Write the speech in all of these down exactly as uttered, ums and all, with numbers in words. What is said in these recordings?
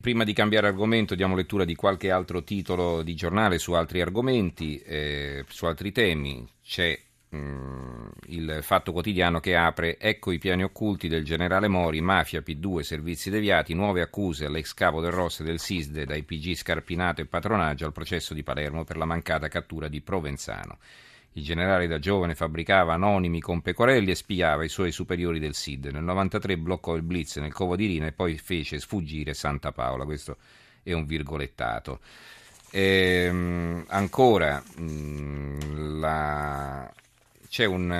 Prima di cambiare argomento diamo lettura di qualche altro titolo di giornale su altri argomenti, eh, su altri temi. C'è mh, il Fatto Quotidiano che apre: ecco i piani occulti del generale Mori, mafia, P due, servizi deviati, nuove accuse all'ex capo del R O S e del SISDE dai P G Scarpinato e Patronaggio al processo di Palermo per la mancata cattura di Provenzano. Il generale da giovane fabbricava anonimi con Pecorelli e spiava i suoi superiori del S I D. Nel novantatré bloccò il blitz nel Covo di Rina e poi fece sfuggire Santa Paola. Questo è un virgolettato. Ehm, ancora, mh, la... c'è un...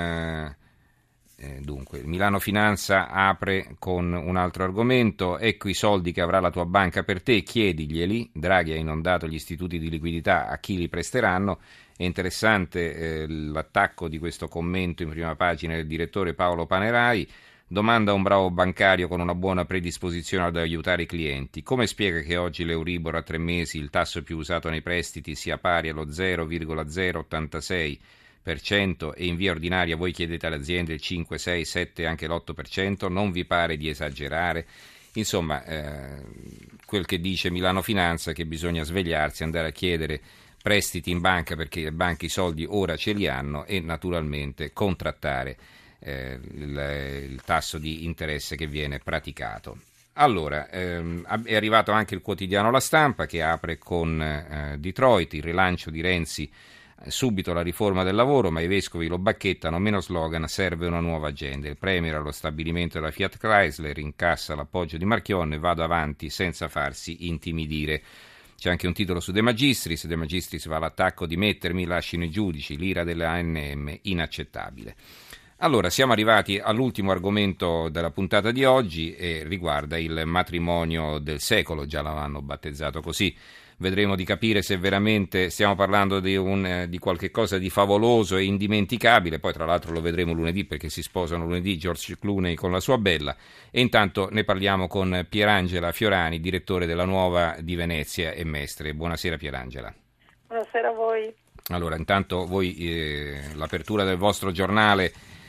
Eh, dunque, Milano Finanza apre con un altro argomento. Ecco i soldi che avrà la tua banca per te, chiediglieli. Draghi ha inondato gli istituti di liquidità, a chi li presteranno. È interessante eh, l'attacco di questo commento in prima pagina del direttore Paolo Panerai. Domanda a un bravo bancario con una buona predisposizione ad aiutare i clienti: come spiega che oggi l'Euribor a tre mesi, il tasso più usato nei prestiti, sia pari allo zero virgola zero ottantasei per cento e in via ordinaria voi chiedete alle aziende il cinque, sei, sette e anche l'otto per cento? Non vi pare di esagerare? Insomma, eh, quel che dice Milano Finanza è che bisogna svegliarsi, andare a chiedere prestiti in banca perché le banche i soldi ora ce li hanno e naturalmente contrattare eh, il, il tasso di interesse che viene praticato. Allora, ehm, è arrivato anche il quotidiano La Stampa che apre con eh, Detroit, il rilancio di Renzi, eh, subito la riforma del lavoro, ma i vescovi lo bacchettano, meno slogan, serve una nuova agenda. Il premier allo stabilimento della Fiat Chrysler incassa l'appoggio di Marchionne, vado avanti senza farsi intimidire. C'è anche un titolo su De Magistris, De Magistris va all'attacco, dimettermi, lasciano i giudici, l'ira dell'A N M, inaccettabile. Allora, siamo arrivati all'ultimo argomento della puntata di oggi e riguarda il matrimonio del secolo, già l'hanno battezzato così. Vedremo di capire se veramente stiamo parlando di, un, di qualche cosa di favoloso e indimenticabile. Poi tra l'altro lo vedremo lunedì perché si sposano lunedì George Clooney con la sua bella. E intanto ne parliamo con Pierangela Fiorani, direttore della Nuova di Venezia e Mestre. Buonasera Pierangela. Buonasera a voi. Allora, intanto voi eh, l'apertura del vostro giornale,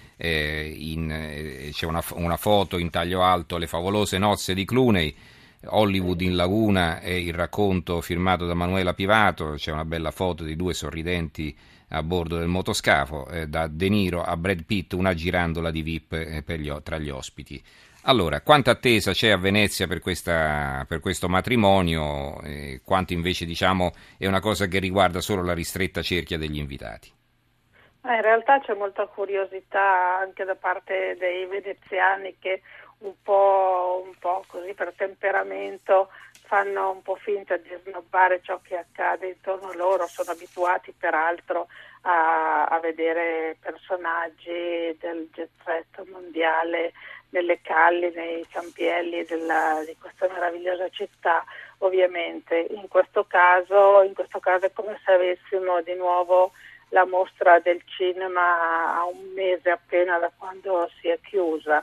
eh, in, eh, c'è una, una foto in taglio alto, le favolose nozze di Clooney. Hollywood in laguna è il racconto firmato da Manuela Pivato, c'è una bella foto di due sorridenti a bordo del motoscafo, eh, da De Niro a Brad Pitt, una girandola di V I P eh, per gli, tra gli ospiti. Allora, quanta attesa c'è a Venezia per, questa, per questo matrimonio, eh, quanto invece diciamo è una cosa che riguarda solo la ristretta cerchia degli invitati? In realtà c'è molta curiosità anche da parte dei veneziani che un po', un po' così per temperamento fanno un po' finta di snobbare ciò che accade intorno a loro, sono abituati peraltro a, a vedere personaggi del jet set mondiale nelle calli, nei campielli della, di questa meravigliosa città. Ovviamente in questo caso, in questo caso è come se avessimo di nuovo la mostra del cinema a un mese appena da quando si è chiusa.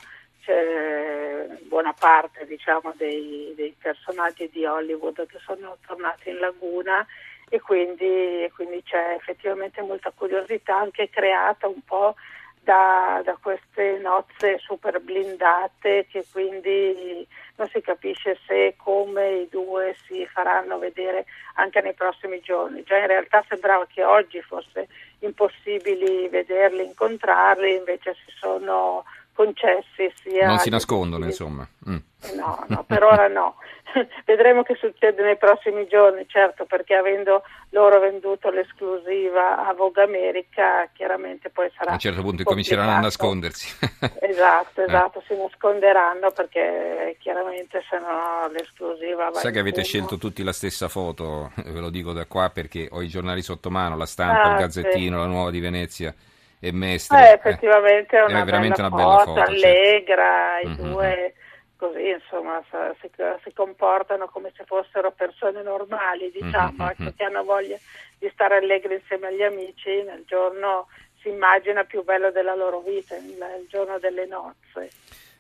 C'è buona parte diciamo dei, dei personaggi di Hollywood che sono tornati in laguna e quindi, e quindi c'è effettivamente molta curiosità anche creata un po' da, da queste nozze super blindate che quindi non si capisce se e come i due si faranno vedere anche nei prossimi giorni. Già in realtà sembrava che oggi fosse impossibili vederli, incontrarli, invece si sono concessi sia non si nascondono insomma mm. no, no, per ora no. Vedremo che succede nei prossimi giorni, certo, perché avendo loro venduto l'esclusiva a Vogue America chiaramente poi sarà a un certo punto complicato. Cominceranno a nascondersi. Esatto, esatto, eh. si nasconderanno perché chiaramente se no l'esclusiva va. Sai che avete fumo. scelto tutti la stessa foto, ve lo dico da qua perché ho i giornali sotto mano, La Stampa, ah, il Gazzettino, sì. La Nuova di Venezia e Mestre. Eh, effettivamente è una, è veramente bella una bella foto, foto, allegra, certo. i Mm-hmm. due così insomma si, si comportano come se fossero persone normali, diciamo, Mm-hmm. ecco, che hanno voglia di stare allegri insieme agli amici nel giorno si immagina più bello della loro vita, il, il giorno delle nozze.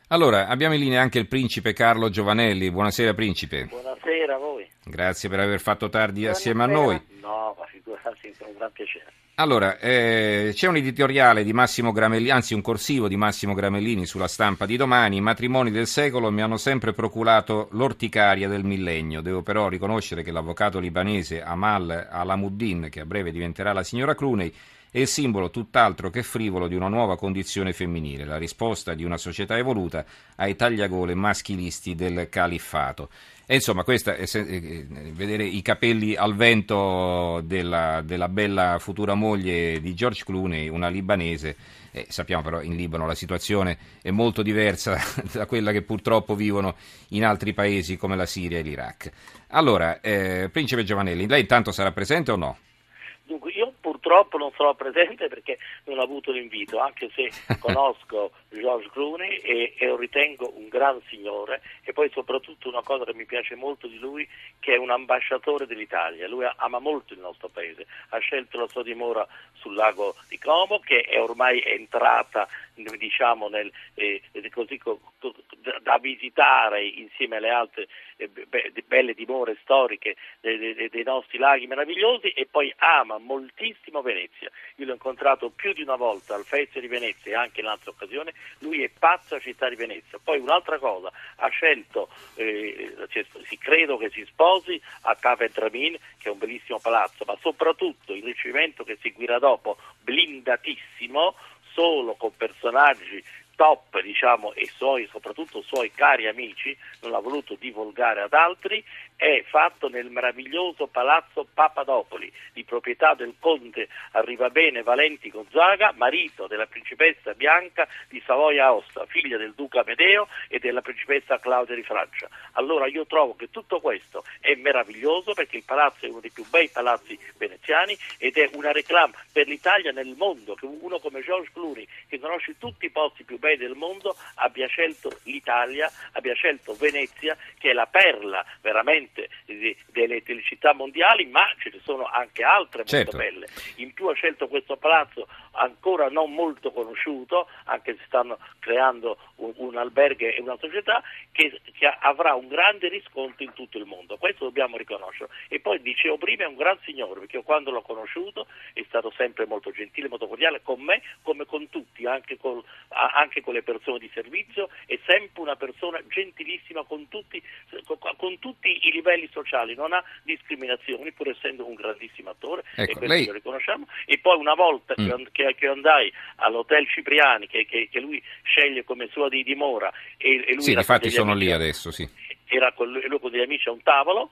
Allora, abbiamo in linea anche il principe Carlo Giovanelli. Buonasera principe. Buonasera a voi. Grazie per aver fatto tardi Buonasera. assieme a noi. No, ma figurati, è un gran piacere. Allora, eh, c'è un editoriale di Massimo Gramellini, anzi un corsivo di Massimo Gramellini sulla Stampa di domani. I matrimoni del secolo mi hanno sempre procurato l'orticaria del millennio. Devo però riconoscere che l'avvocato libanese Amal Alamuddin, che a breve diventerà la signora Clooney, è il simbolo tutt'altro che frivolo di una nuova condizione femminile, la risposta di una società evoluta ai tagliagole maschilisti del califfato. E insomma, questa è, è, vedere i capelli al vento della, della bella futura moglie di George Clooney, una libanese. Eh, sappiamo però in Libano la situazione è molto diversa da quella che purtroppo vivono in altri paesi come la Siria e l'Iraq. Allora, eh, principe Giovanelli, lei intanto sarà presente o no? Dunque, io purtroppo non sarò presente perché non ho avuto l'invito, anche se conosco George Clooney e, e lo ritengo un gran signore, e poi soprattutto una cosa che mi piace molto di lui, che è un ambasciatore dell'Italia. Lui ama molto il nostro paese, ha scelto la sua dimora sul lago di Como, che è ormai entrata, diciamo, nel, eh, così co, co, da visitare insieme alle altre eh, be, belle dimore storiche dei, dei, dei nostri laghi meravigliosi, e poi ama moltissimo Venezia. Io l'ho incontrato più di una volta al Festival di Venezia e anche in altre occasioni. Lui è pazzo a Città di Venezia. Poi un'altra cosa, ha scelto, eh, cioè, si credo che si sposi a Cave Tramin, che è un bellissimo palazzo, ma soprattutto il ricevimento che seguirà dopo, blindatissimo, solo con personaggi top, diciamo, e suoi, soprattutto suoi cari amici, non l'ha voluto divulgare ad altri, è fatto nel meraviglioso Palazzo Papadopoli, di proprietà del conte Arrivabene Valenti Gonzaga, marito della principessa Bianca di Savoia-Aosta, figlia del duca Amedeo e della principessa Claudia di Francia. Allora io trovo che tutto questo è meraviglioso, perché il palazzo è uno dei più bei palazzi veneziani ed è una reclama per l'Italia nel mondo, che uno come George Clooney, che conosce tutti i posti più belli del mondo, abbia scelto l'Italia, abbia scelto Venezia, che è la perla veramente delle, delle città mondiali, ma ce ne sono anche altre molto certo. belle. In più ha scelto questo palazzo ancora non molto conosciuto, anche se stanno creando un, un albergo e una società che, che avrà un grande riscontro in tutto il mondo. Questo dobbiamo riconoscerlo. E poi, dicevo prima, è un gran signore, perché io quando l'ho conosciuto è stato sempre molto gentile, molto cordiale con me come con tutti, anche con, anche con le persone di servizio. È sempre una persona gentilissima con tutti, con tutti i livelli sociali, non ha discriminazioni, pur essendo un grandissimo attore, ecco, e questo lei... lo riconosciamo. E poi una volta mm. che, che andai all'Hotel Cipriani, che, che, che lui sceglie come sua di dimora, e, e lui sì, infatti sono amici, lì adesso, sì. Era con lui, lui con degli amici a un tavolo,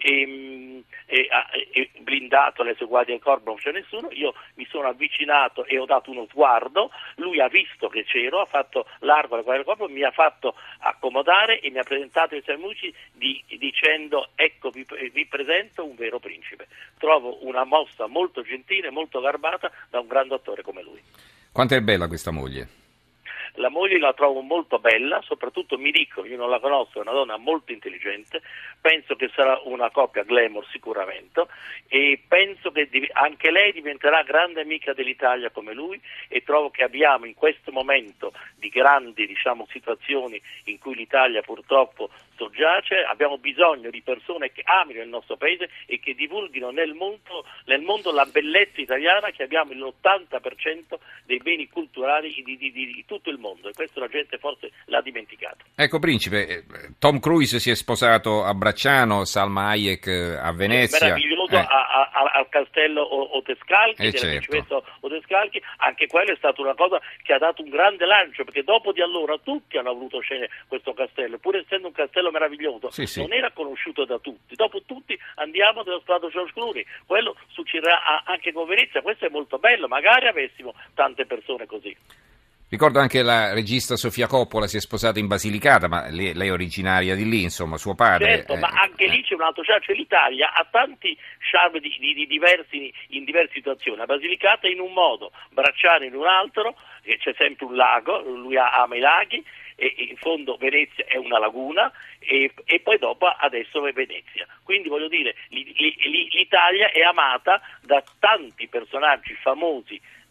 e, e, e blindato alle sue guardie al corpo, non c'è nessuno. Io mi sono avvicinato e ho dato uno sguardo. Lui ha visto che c'ero, ha fatto largo alle guardie del corpo, mi ha fatto accomodare e mi ha presentato ai suoi amici di, dicendo: ecco, vi, vi presento un vero principe. Trovo una mossa molto gentile, molto garbata da un grande attore come lui. Quanto è bella questa moglie? La moglie la trovo molto bella, soprattutto mi dicono, io non la conosco, è una donna molto intelligente, penso che sarà una coppia glamour sicuramente, e penso che anche lei diventerà grande amica dell'Italia come lui, e trovo che abbiamo in questo momento di grandi, diciamo, situazioni in cui l'Italia purtroppo soggiace, abbiamo bisogno di persone che amino il nostro paese e che divulghino nel mondo, nel mondo la bellezza italiana, che abbiamo l'ottanta per cento dei beni culturali di, di, di, di tutto il mondo, e questo la gente forse l'ha dimenticato. Ecco principe, Tom Cruise si è sposato a Bracciano, Salma Hayek a Venezia. È meraviglioso, eh. a, a, al castello Otescalchi, eh della certo. principessa Otescalchi, anche quello è stata una cosa che ha dato un grande lancio, perché dopo di allora tutti hanno voluto scegliere questo castello, pur essendo un castello meraviglioso, sì, sì. non era conosciuto da tutti. Dopo tutti andiamo dello stato George Clooney, quello succederà anche con Venezia. Questo è molto bello, magari avessimo tante persone così. Ricordo anche la regista Sofia Coppola si è sposata in Basilicata, ma lei, lei è originaria di lì, insomma, suo padre. Certo, eh, ma anche eh. lì c'è un altro charme, cioè l'Italia ha tanti charme di, di, di diversi, in diverse situazioni. La Basilicata in un modo, Bracciano in un altro, c'è sempre un lago, lui ama i laghi, e in fondo Venezia è una laguna, e, e poi dopo adesso è Venezia. Quindi voglio dire, l'Italia è amata da tanti personaggi famosi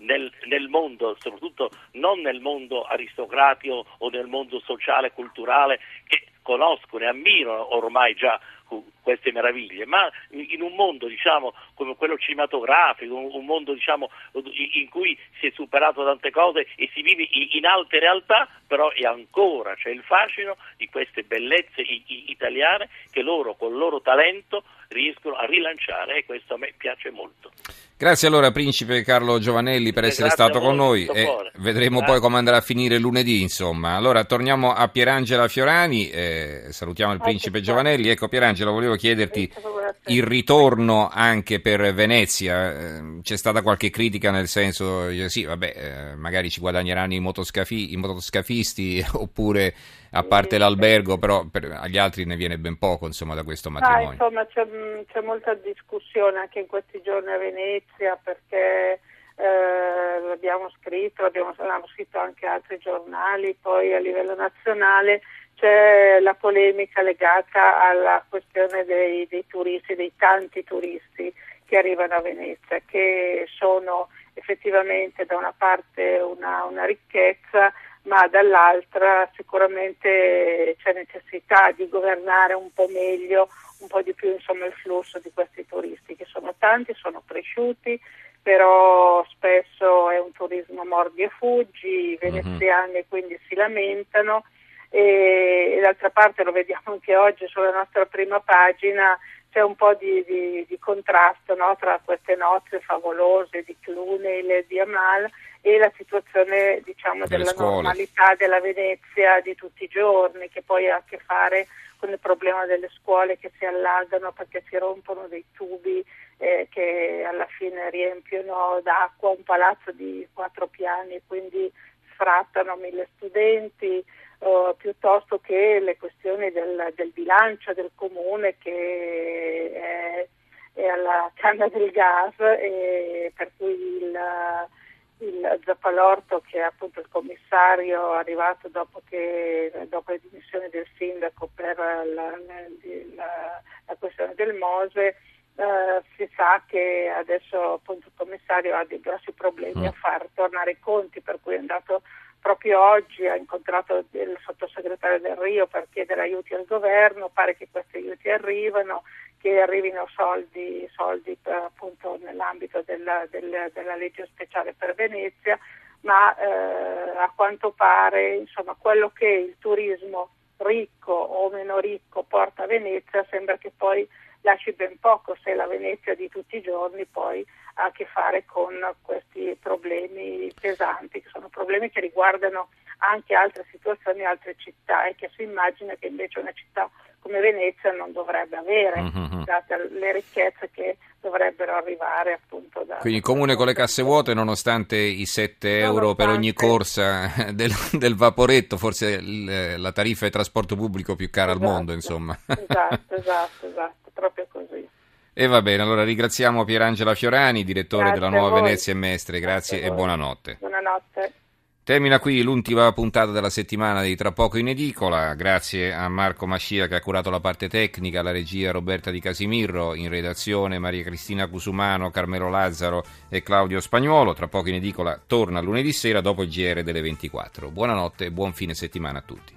nel, nel mondo, soprattutto non nel mondo aristocratico o nel mondo sociale e culturale, che conoscono e ammirano ormai già queste meraviglie, ma in un mondo, diciamo, come quello cinematografico, un mondo, diciamo, in cui si è superato tante cose e si vive in alte realtà, però è ancora c'è il fascino di queste bellezze italiane che loro col loro talento riescono a rilanciare, e questo a me piace molto. Grazie allora Principe Carlo Giovanelli per essere Grazie stato con noi, e vedremo Grazie. poi come andrà a finire lunedì, insomma. Allora torniamo a Pierangela Fiorani, eh, salutiamo il Principe Giovanelli. Ecco Pierangela, volevo chiederti il ritorno anche per Venezia, eh, c'è stata qualche critica nel senso, eh, sì vabbè, eh, magari ci guadagneranno i motoscafi, i motoscafisti oppure a parte l'albergo, però per, agli altri ne viene ben poco, insomma, da questo matrimonio. Ah, insomma, c'è, c'è molta discussione anche in questi giorni a Venezia, perché eh, l'abbiamo scritto, l'abbiamo, l'hanno scritto anche altri giornali, poi a livello nazionale c'è la polemica legata alla questione dei, dei turisti, dei tanti turisti che arrivano a Venezia, che sono effettivamente da una parte una, una ricchezza, ma dall'altra sicuramente c'è necessità di governare un po' meglio, un po' di più, insomma, il flusso di questi turisti, che sono tanti, sono cresciuti, però spesso è un turismo mordi e fuggi, i veneziani mm-hmm. quindi si lamentano, e, e d'altra parte lo vediamo anche oggi sulla nostra prima pagina, c'è un po' di, di, di contrasto, no, tra queste nozze favolose di Cluny e di Amal e la situazione, diciamo, della scuole. normalità della Venezia di tutti i giorni, che poi ha a che fare con il problema delle scuole che si allagano perché si rompono dei tubi eh, che alla fine riempiono d'acqua un palazzo di quattro piani e quindi sfrattano mille studenti, Uh, piuttosto che le questioni del, del bilancio del comune che è, è alla canna del gas, e per cui il, il Zappalorto, che è appunto il commissario arrivato dopo, che, dopo le dimissioni del sindaco per la, la, la, la questione del Mose, Uh, si sa che adesso appunto il commissario ha dei grossi problemi mm. a far tornare i conti, per cui è andato proprio oggi, ha incontrato il sottosegretario Del Rio per chiedere aiuti al governo. Pare che questi aiuti arrivino, che arrivino soldi, soldi per, appunto nell'ambito della, della, della legge speciale per Venezia, ma eh, a quanto pare, insomma, quello che il turismo ricco o meno ricco porta a Venezia sembra che poi lasci ben poco, se la Venezia di tutti i giorni poi ha a che fare con questi problemi pesanti, che sono problemi che riguardano anche altre situazioni, altre città, e che si immagina che invece una città come Venezia non dovrebbe avere, mm-hmm. date le ricchezze che dovrebbero arrivare appunto da... Quindi il comune con le casse vuote, nonostante i sette euro per ogni corsa del, del vaporetto, forse il, la tariffa di trasporto pubblico più cara esatto, al mondo, insomma. Esatto, esatto, esatto, proprio così. E va bene, allora ringraziamo Pierangela Fiorani, direttore grazie della Nuova Venezia e Mestre, grazie, grazie e buonanotte. Buonanotte. Termina qui l'ultima puntata della settimana di Tra poco in edicola, grazie a Marco Mascia che ha curato la parte tecnica, la regia Roberta Di Casimirro, in redazione Maria Cristina Cusumano, Carmelo Lazzaro e Claudio Spagnuolo. Tra poco in edicola torna lunedì sera dopo il G R delle ventiquattro. Buonanotte e buon fine settimana a tutti.